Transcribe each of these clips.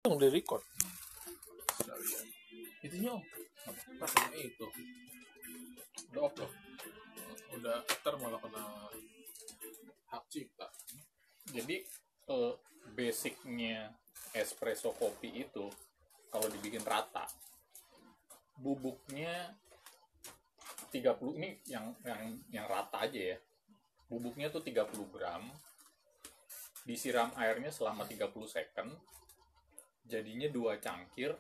Langsung di record. Itunya rasanya itu udah off loh, udah ntar malah kena hak cipta. Jadi basicnya espresso kopi itu kalau dibikin rata, bubuknya 30, ini yang rata aja ya. Bubuknya tuh 30 gram, disiram airnya selama 30 second, jadinya 2 cangkir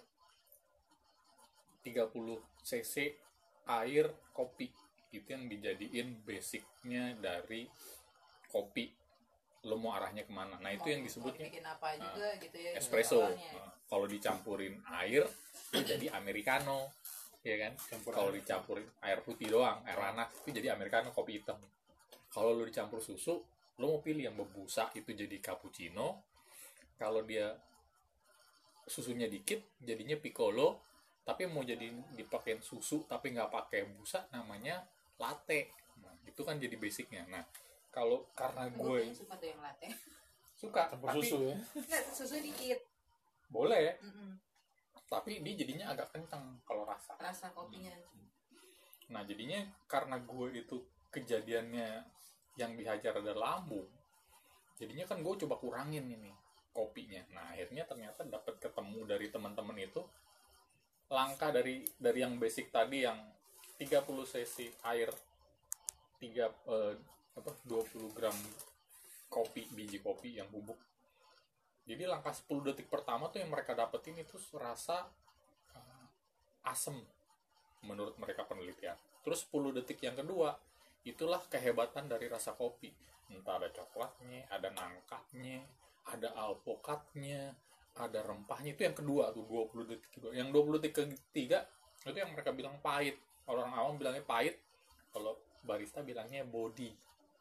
30 cc air kopi. Itu yang dijadiin basicnya dari kopi. Lo mau arahnya kemana? Nah itu yang disebutnya bikin apa juga gitu ya, espresso. awalnya. Kalau dicampurin air itu jadi americano, ya kan? Kalau dicampurin air putih doang, air panas itu jadi americano, kopi hitam. Kalau lo dicampur susu, lo mau pilih yang berbusa itu jadi cappuccino. Kalau dia susunya dikit jadinya piccolo. Tapi mau jadi dipakein susu tapi nggak pakai busa, namanya latte. Nah, itu kan jadi basicnya. Nah kalau karena gue suka tuh yang latte. suka Campur tapi susu ya. Nggak, susu dikit. boleh, Mm-mm. tapi dia jadinya agak kencang kalau rasa. Rasa kopinya. Nah jadinya karena gue itu kejadiannya yang dihajar ada lambung, jadinya kan gue coba kurangin ini kopinya. Nah akhirnya ternyata dapat ketemu dari teman-teman itu, langkah dari yang basic tadi yang 30 cc air 20 gram kopi, biji kopi yang bubuk. Jadi langkah 10 detik pertama tuh yang mereka dapetin itu rasa asem menurut mereka penelitian. Terus 10 detik yang kedua, itulah kehebatan dari rasa kopi. Entah ada coklatnya, ada nangkanya, ada alpukatnya, ada rempahnya. Itu yang kedua tuh 20 detik kedua. Yang 20 detik ketiga itu yang mereka bilang pahit. Orang awam bilangnya pahit, kalau barista bilangnya body.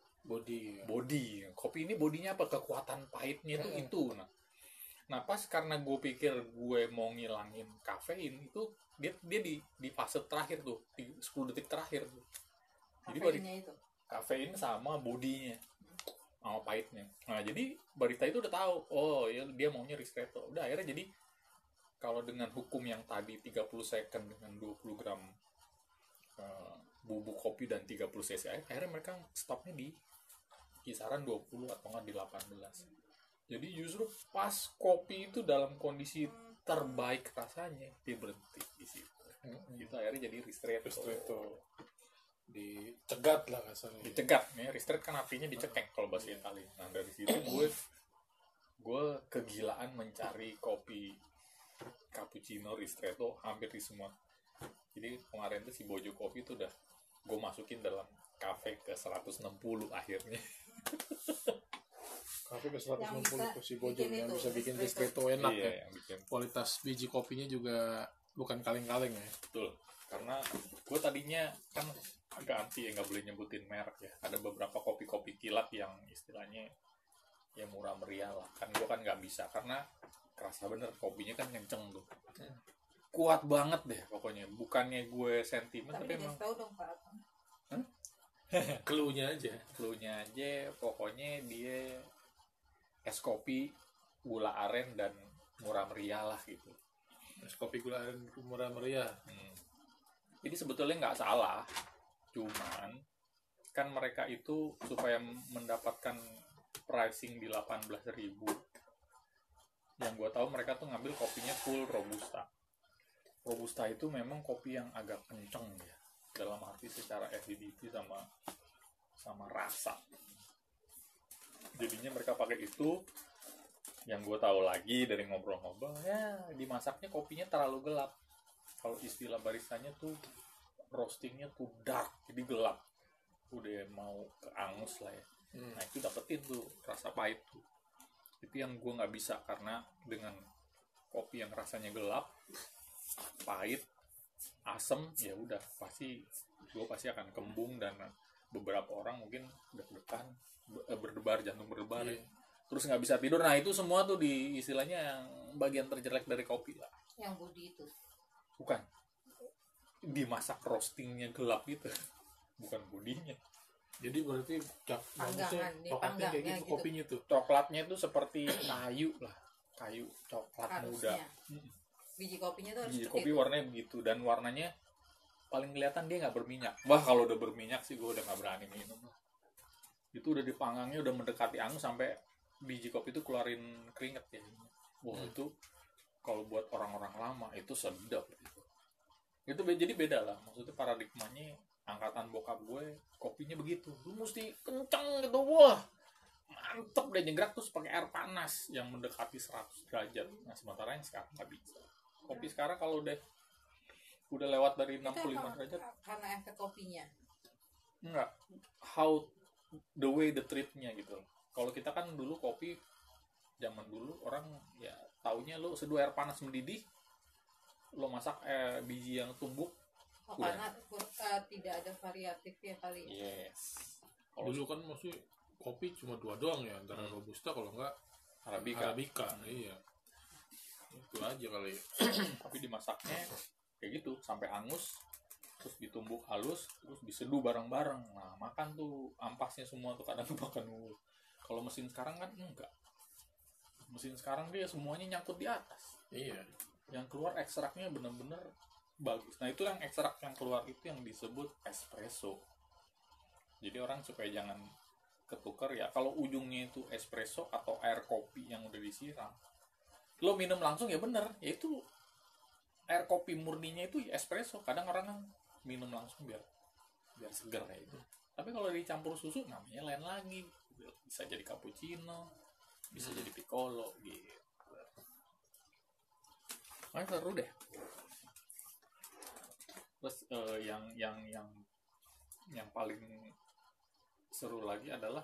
Kopi ini bodinya apa? Kekuatan pahitnya itu. Nah pas karena gue pikir gue mau ngilangin kafein itu, dia di fase terakhir tuh, 10 detik terakhir tuh. Jadi Kafeinnya itu. kafein sama bodinya sama pahitnya. Nah jadi barista itu udah tahu, oh ya dia maunya ristretto. Udah akhirnya jadi kalau dengan hukum yang tadi 30 second dengan 20 gram bubuk kopi dan 30 cc air, akhirnya mereka stopnya di kisaran 20 atau nggak di 18. Jadi justru pas kopi itu dalam kondisi terbaik rasanya, dia berhenti di situ. Itu akhirnya jadi ristretto. Dicegat lah kasarnya. Dicegat ya, ristretto kan artinya dicekek kalau bahasa Italia. Nah dari situ gue kegilaan mencari kopi cappuccino ristretto hampir di semua. Jadi kemarin tuh si Bojo Kopi tuh udah gue masukin dalam kafe ke 160 akhirnya. Kafe ke 160 Yang si Bojo bikin yang itu, bisa bikin ristretto. ristretto enak Iya, ya. yang bikin Kualitas biji kopinya juga bukan kaleng-kaleng ya. betul. Karena gue tadinya kan agak anti ya, nggak boleh nyebutin merek ya. Ada beberapa kopi-kopi kilat yang istilahnya ya murah meriah lah. Kan gue kan nggak bisa karena kerasa bener kopinya kan kenceng tuh. Kuat banget deh pokoknya. Bukannya gue sentimen Tapi tapi emang dikasih tahu dong Pak. Cluenya aja. cluenya aja pokoknya dia es kopi gula aren dan murah meriah lah gitu. Es kopi gula aren murah meriah. Jadi sebetulnya nggak salah, cuman kan mereka itu supaya mendapatkan pricing di 18.000, yang gue tahu mereka tuh ngambil kopinya full robusta. Robusta itu memang kopi yang agak kenceng ya, dalam arti secara acidity sama rasa. Jadinya mereka pakai itu. Yang gue tahu lagi dari ngobrol-ngobrol ya, dimasaknya kopinya terlalu gelap. Kalau istilah baristanya tuh roastingnya tuh dark, jadi gelap, udah mau ke angus lah ya. Nah itu dapetin tuh rasa pahit tuh. Itu yang gue nggak bisa, karena dengan kopi yang rasanya gelap, pahit, asem, ya udah gue pasti akan kembung, dan beberapa orang mungkin deg-degan, berdebar, jantung berdebar ya. Terus nggak bisa tidur. Nah itu semua tuh di istilahnya yang bagian terjelek dari kopi lah. Yang body itu. Bukan, dimasak roastingnya gelap gitu, bukan bodinya. Jadi berarti Panggangan, coklatnya kayak gitu gitu. kopinya tuh. Coklatnya tuh seperti kayu lah, kayu coklat muda. Harusnya. Biji kopinya tuh harus Biji seperti kopi itu. warnanya begitu, dan warnanya paling kelihatan dia nggak berminyak. Wah, kalau udah berminyak sih gue udah nggak berani minum lah. Itu udah dipanggangnya udah mendekati angus sampai biji kopi itu keluarin keringet ya. Wah, itu kalau buat orang-orang lama itu sedap gitu. Itu jadi beda lah, maksudnya paradigmanya angkatan bokap gue kopinya begitu, lu mesti kenceng gitu, wah mantep deh, nyegrak terus pakai air panas yang mendekati 100 derajat. Nah sementara yang sekarang nggak bisa. Kopi sekarang kalau udah lewat dari Itu 65 emang derajat, karena efek kopinya. enggak, how the way the treatnya gitu. Kalau kita kan dulu kopi zaman dulu orang ya taunya lu seduh air panas mendidih, lo masak biji yang tumbuk. Udah. Karena tidak ada variatif ya kali. Yes. Kalau Dulu kan maksudnya kopi cuma dua doang ya, antara robusta kalau enggak Arabica. Arabica. Iya. Itu aja kali. Tapi dimasaknya kayak gitu sampai angus, terus ditumbuk halus, terus diseduh bareng-bareng. Nah makan tuh ampasnya semua tuh kadang makan dulu. Kalau mesin sekarang kan enggak. Mesin sekarang dia semuanya nyangkut di atas. Iya. Yang keluar ekstraknya bener-bener bagus. Nah itu yang ekstrak yang keluar itu yang disebut espresso. Jadi orang supaya jangan ketukar ya, kalau ujungnya itu espresso atau air kopi yang udah disiram, lo minum langsung ya bener, ya itu air kopi murninya itu ya espresso. Kadang orang kan minum langsung biar seger kayak itu. Tapi kalau dicampur susu namanya lain lagi. Bisa jadi cappuccino, bisa jadi piccolo gitu. Seru deh. Terus yang paling seru lagi adalah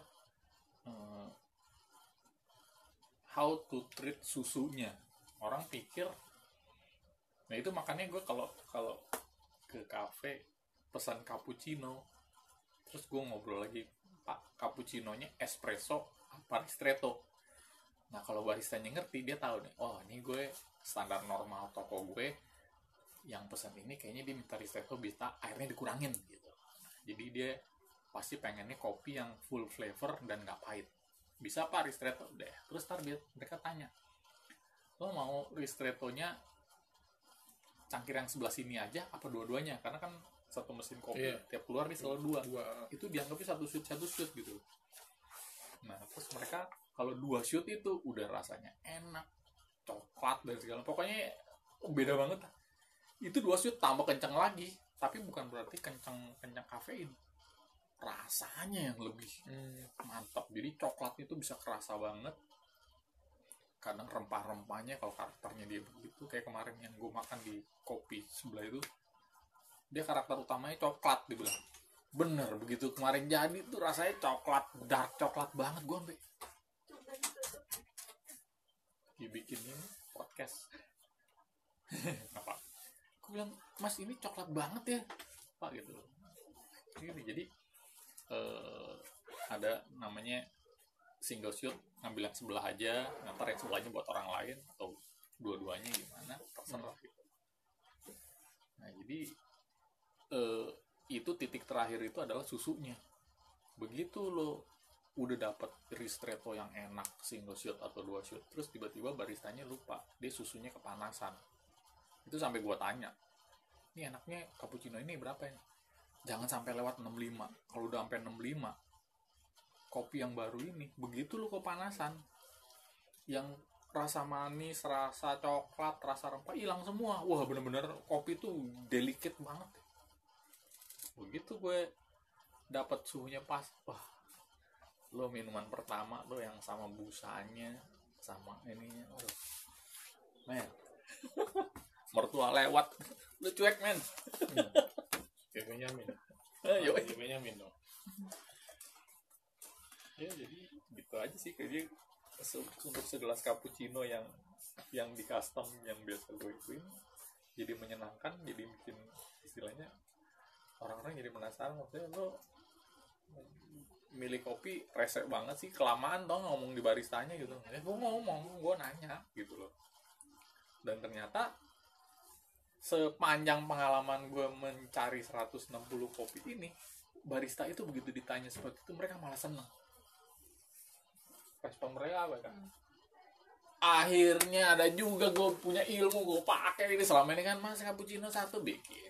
how to treat susunya. Orang pikir, nah itu makanya gue kalau ke kafe pesan cappuccino, terus gue ngobrol lagi, Pak, cappuccinonya espresso apa ristretto? Nah kalau baristanya ngerti, dia tahu nih, oh ini gue standar normal toko gue yang pesan ini kayaknya dia minta ristretto, bisa airnya dikurangin gitu. Jadi dia pasti pengennya kopi yang full flavor dan nggak pahit. Bisa apa ristretto deh. Terus mereka tanya, lo mau ristrettonya cangkir yang sebelah sini aja apa dua-duanya? Karena kan satu mesin kopi tiap keluar dia selalu dua. Itu dianggapnya satu shoot gitu. Nah terus mereka kalau 2 shoot itu udah rasanya enak, coklat dan segala, pokoknya beda banget. Itu 2 shoot tambah kencang lagi, tapi bukan berarti kencang kafein, rasanya yang lebih mantap. Jadi coklat itu bisa kerasa banget. Kadang rempah-rempahnya kalau karakternya dia begitu, kayak kemarin yang gue makan di kopi sebelah itu, dia karakter utamanya coklat, dibilang bener begitu kemarin jadi tuh rasanya coklat, dark coklat banget. Gue sampai dibikin ini podcast apa, aku bilang, mas ini coklat banget ya pak gitu. Jadi ada namanya single shoot, ngambil yang sebelah aja, ntar yang sebelahnya buat orang lain atau dua-duanya gimana terserah gitu. Nah jadi itu titik terakhir itu adalah susunya. Begitu lo udah dapet ristretto yang enak single shoot atau 2 shoot, terus tiba-tiba baristanya lupa dia susunya kepanasan. Itu sampai gua tanya, ini enaknya cappuccino ini berapa ya? Jangan sampai lewat 65. Kalau udah sampai 65, kopi yang baru ini begitu lo kepanasan, yang rasa manis, rasa coklat, rasa rempah hilang semua. Wah bener-bener kopi tuh delicate banget. Begitu gue dapat suhunya pas, wah lo minuman pertama lo yang sama busanya sama ininya, men mertua lewat lo cuek men. Kayak Benyamin. Yo Kayak Benyamin dong. ya jadi gitu aja sih. Jadi untuk segelas cappuccino yang di custom yang biasa gue ikuin jadi menyenangkan, jadi bikin istilahnya orang-orang jadi penasaran, maksudnya lo milih kopi resek banget sih, kelamaan tau ngomong di baristanya gitu. Ya gue ngomong, gue nanya gitu loh. Dan ternyata sepanjang pengalaman gue mencari 160 kopi ini, barista itu begitu ditanya seperti itu mereka malah seneng. Respon mereka apa kan? Akhirnya ada juga gue punya ilmu, gue pakai ini. Selama ini kan mas cappuccino satu bikin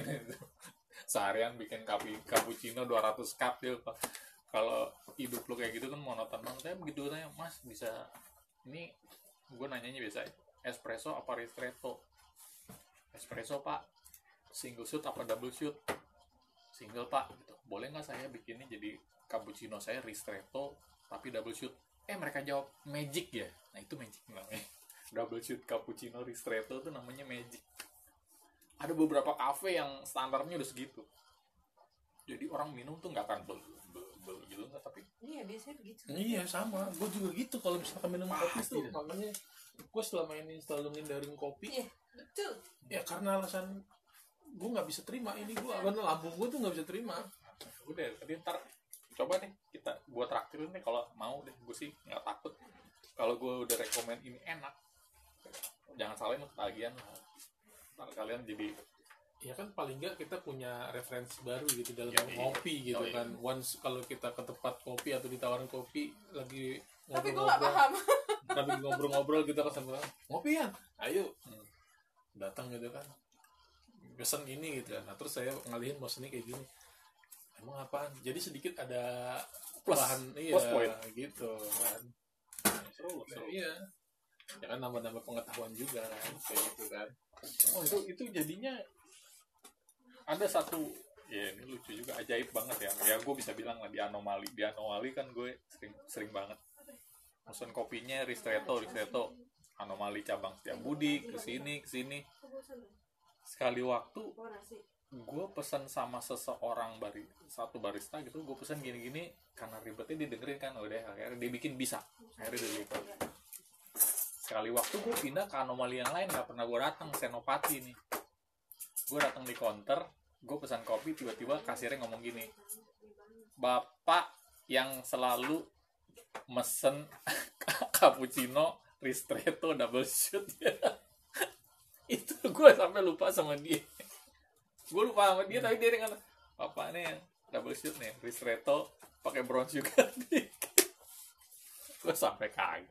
seharian bikin cappuccino 200 cup dia. Kalau hidup lo kayak gitu kan monoton banget. Saya begitu tanya, mas bisa ini, gue nanyanya biasa espresso apa ristretto. Espresso pak, single shoot apa double shoot? Single pak gitu. Boleh nggak saya bikinnya jadi cappuccino saya ristretto tapi double shoot? Mereka jawab magic ya. Nah itu magic namanya. Double shoot cappuccino ristretto itu namanya magic. Ada beberapa kafe yang standarnya udah segitu. Jadi orang minum tuh nggak akan bel gitu nggak, tapi Iya biasanya begitu. Iya sama, gue juga gitu kalau misalkan minum kopi tuh. deh. Makanya gue selama ini selalu ngindarin kopi. Iya betul. Ya karena alasan gue nggak bisa terima ini, gue karena lambung gue tuh nggak bisa terima. udah tadi ntar coba nih gue traktirin nih kalau mau deh. Gue sih nggak takut kalau gue udah rekomen ini enak. Jangan salahin ketagihan lah. Ntar kalian jadi Ya kan paling nggak kita punya referensi baru gitu dalam Yoi. ngopi gitu Yoi. kan. Once kalau kita ke tempat kopi atau ditawarin kopi lagi Tapi gue gak paham. tapi ngobrol-ngobrol kita ke sama ngopi ya, ayo datang gitu kan, pesen ini gitu. Nah terus saya ngalihin mau sini kayak gini, emang apaan? Jadi sedikit ada Plus. bahan, iya Plus point. gitu kan. seru. Iya, ya kan nambah-nambah pengetahuan juga kan kayak gitu kan. Oh itu jadinya ada satu ya ini lucu juga, ajaib banget ya gue bisa bilang lah di anomali kan gue sering banget pesan kopinya ristretto anomali cabang Setiabudi kesini sekali waktu gue pesan sama seseorang satu barista gitu, gue pesan gini karena ribetnya didengerin kan, udah akhirnya dia bikin bisa, akhirnya deliver. Sekali waktu gue pindah ke anomali yang lain, nggak pernah gue datang, Senopati nih. Gue datang di counter, gue pesan kopi, tiba-tiba kasirnya ngomong gini, bapak yang selalu mesen cappuccino ristretto double shoot ya. Itu gue sampai lupa sama dia. Tapi dia dengan bapak nih yang double shoot nih ristretto pakai brown sugar. Gue sampai kaget.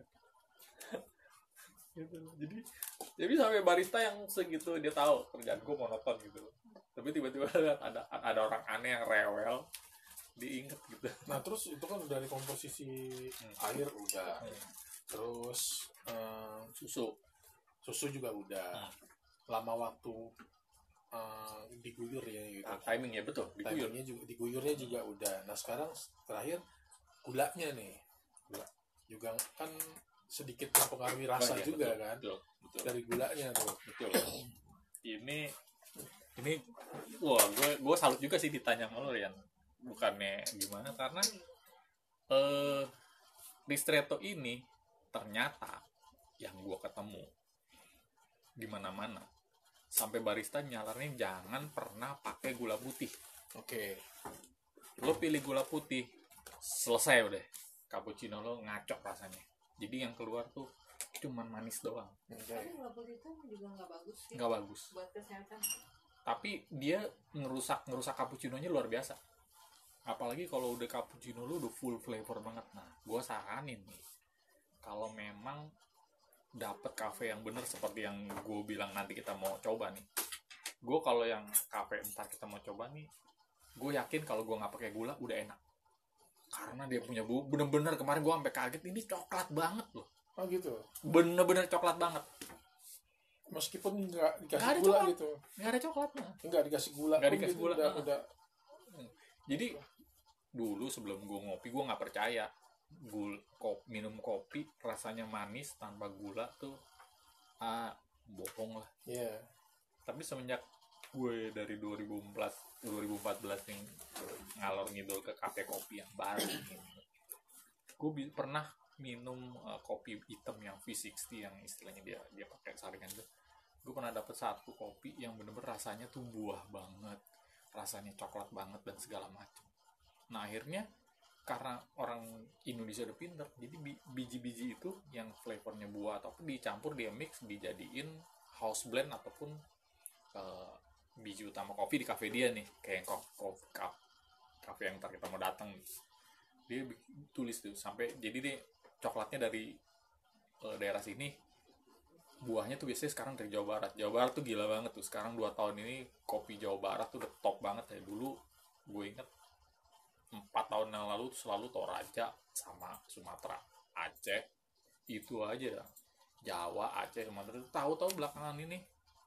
Gitu. Jadi sampai barista yang segitu dia tahu kerjaan gue monoton gitu. Tapi tiba-tiba ada orang aneh yang rewel, diinget gitu. Nah terus itu kan dari komposisi air udah, terus susu juga udah, lama waktu diguyur ya gitu. Timing ya betul, diguyur. Diguyurnya juga udah. Nah sekarang terakhir gulanya nih, juga kan sedikit mempengaruhi rasa Ya, juga betul, kan betul. dari gulanya tuh. Betul. Ini wah gue salut juga sih ditanya sama lo ya. Bukannya gimana, karena ristretto ini ternyata yang gue ketemu di mana-mana sampai barista nyalarin jangan pernah pakai gula putih. Oke. Lo pilih gula putih, selesai udah. Cappuccino lo ngaco rasanya. Jadi yang keluar tuh cuman manis doang. Tapi gula putih itu juga nggak bagus sih. Nggak bagus. Buat kesehatan. Tapi dia ngerusak cappuccino-nya luar biasa. Apalagi kalau udah cappuccino lu udah full flavor banget. Nah, gue saranin nih, kalau memang dapet cafe yang bener seperti yang gue bilang nanti kita mau coba nih. Gue kalau yang cafe ntar kita mau coba nih, gue yakin kalau gue nggak pakai gula udah enak. Karena dia punya bener-bener kemarin gue sampai kaget, ini coklat banget loh. Oh gitu. Bener-bener coklat banget. Meskipun nggak dikasih Nggak ada gula coklat. gitu. Nggak ada coklatnya. Nggak dikasih gula. Nggak pun dikasih gitu, gula. Udah. Jadi dulu sebelum gue ngopi gue nggak percaya minum kopi rasanya manis tanpa gula tuh bohong lah. Iya. Tapi semenjak gue dari 2014 nih ngalor ngidul ke kafe kopi yang baru ini, gue pernah minum kopi hitam yang V60 yang istilahnya dia pakai saringan tuh. Gue pernah dapet satu kopi yang bener-bener rasanya tuh buah banget, rasanya coklat banget dan segala macam. Nah akhirnya karena orang Indonesia udah pinter, jadi biji-biji itu yang flavornya buah ataupun dicampur, dia mix, dijadiin house blend ataupun biji utama kopi di cafe dia nih, kayak cafe yang ntar kita mau datang, dia tulis tuh sampai jadi deh coklatnya dari daerah sini buahnya tuh biasanya sekarang dari Jawa Barat. Jawa Barat tuh gila banget tuh. Sekarang 2 tahun ini kopi Jawa Barat tuh udah top banget ya. Dulu gue inget 4 tahun yang lalu tuh selalu Toraja sama Sumatera, Aceh, itu aja dah. Jawa, Aceh, Sumatera. Tahu-tahu belakangan ini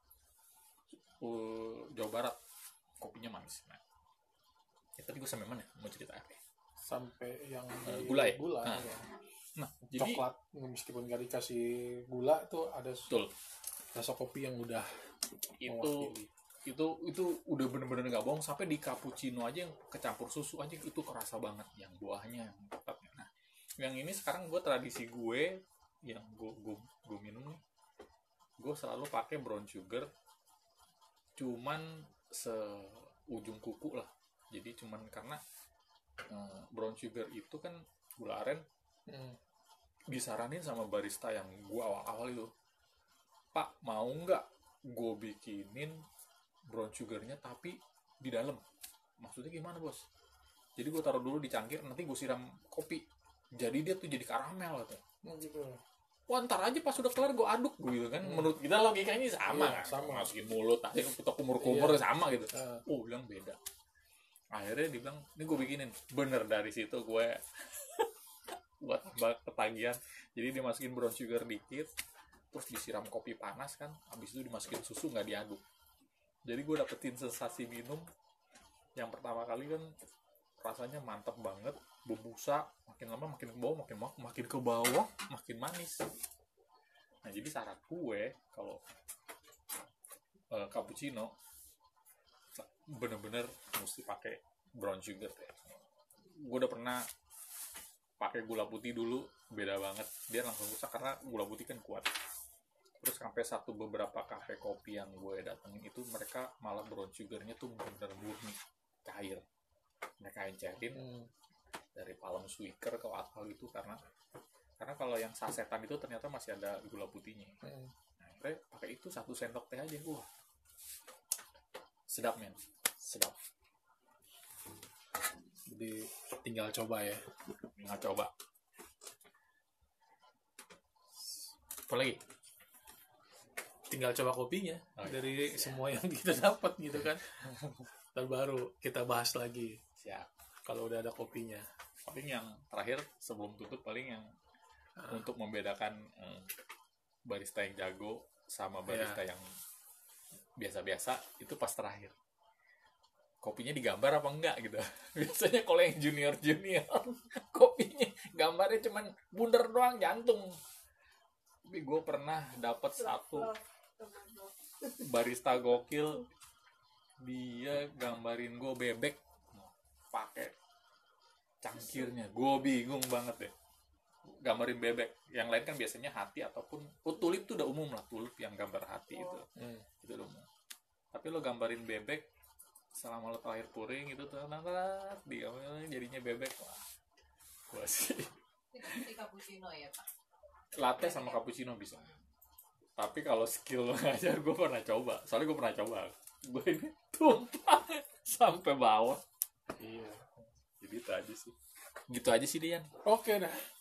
Jawa Barat kopinya manis. Nah, ya, tadi gue sampai mana? Mau cerita apa? Sampai yang gula ya? Gula. Nah. Ya. Nah, jadi Coklat meskipun gak dikasih gula tuh ada betul. rasa kopi yang udah Itu mewakili. itu udah bener-bener nggak bohong, sampai di cappuccino aja yang kecampur susu aja itu kerasa banget yang buahnya, yang coklatnya. Nah, yang ini sekarang gue tradisi gue yang gue minum nih, gue selalu pakai brown sugar, cuman seujung kuku lah. Jadi cuman karena brown sugar itu kan gula aren, disaranin sama barista yang gue awal-awal itu, Pak mau nggak gue bikinin brown sugarnya tapi di dalam. Maksudnya gimana bos? Jadi gue taruh dulu di cangkir, nanti gue siram kopi, jadi dia tuh jadi karamel gitu. Gitu. Wah ntar aja pas udah kelar gue aduk gitu kan. Menurut kita logikanya sama, Iya, sama. masukin mulut aja kita kumur-kumur Iya. sama gitu. Bilang beda. Akhirnya dibilang ini gue bikinin, bener. Dari situ gue buat tambah ketagihan. Jadi dimasukin brown sugar dikit, terus disiram kopi panas kan, habis itu dimasukin susu, nggak diaduk. Jadi gue dapetin sensasi minum yang pertama kali kan rasanya mantap banget, berbusa, makin lama makin ke bawah, makin ke bawah makin manis. Nah jadi syarat gue kalau cappuccino bener-bener mesti pakai brown sugar ya. Gue udah pernah pakai gula putih dulu, beda banget, dia langsung rusak karena gula putih kan kuat. Terus sampai beberapa kafe kopi yang gue datengin itu mereka malah brown sugarnya tuh bener-bener murni cair, mereka encerin dari palem sweaker ke apa gitu, karena kalau yang sasetan itu ternyata masih ada gula putihnya. Nah, akhirnya pakai itu 1 sendok teh aja, wah sedap men, sedap. Jadi tinggal coba ya. Nggak coba. Apa lagi? Tinggal coba kopinya dari semua yang kita dapat gitu kan. Baru kita bahas lagi. Siap. Kalau udah ada kopinya. Paling yang terakhir sebelum tutup, paling yang untuk membedakan barista yang jago sama barista yang biasa-biasa itu pas terakhir. Kopinya digambar apa enggak gitu. Biasanya kalau yang junior kopinya gambarnya cuman bundar doang, jantung. Tapi gue pernah dapat satu barista gokil, dia gambarin gue bebek pakai cangkirnya. Gue bingung banget deh, gambarin bebek. Yang lain kan biasanya hati ataupun tulip tuh udah umum lah, tulip yang gambar hati itu udah umum. Tapi lo gambarin bebek selama lo terakhir puring itu tuh dia jadinya bebek. Wah, gue sih Ini cappuccino ya Pak? latte sama cappuccino bisa. Tapi kalau skill ngajar gue pernah coba. Soalnya gue pernah coba. Gue ini tumpah sampai bawah. Iya. Jadi itu aja sih. Gitu aja sih Dian. Oke dah.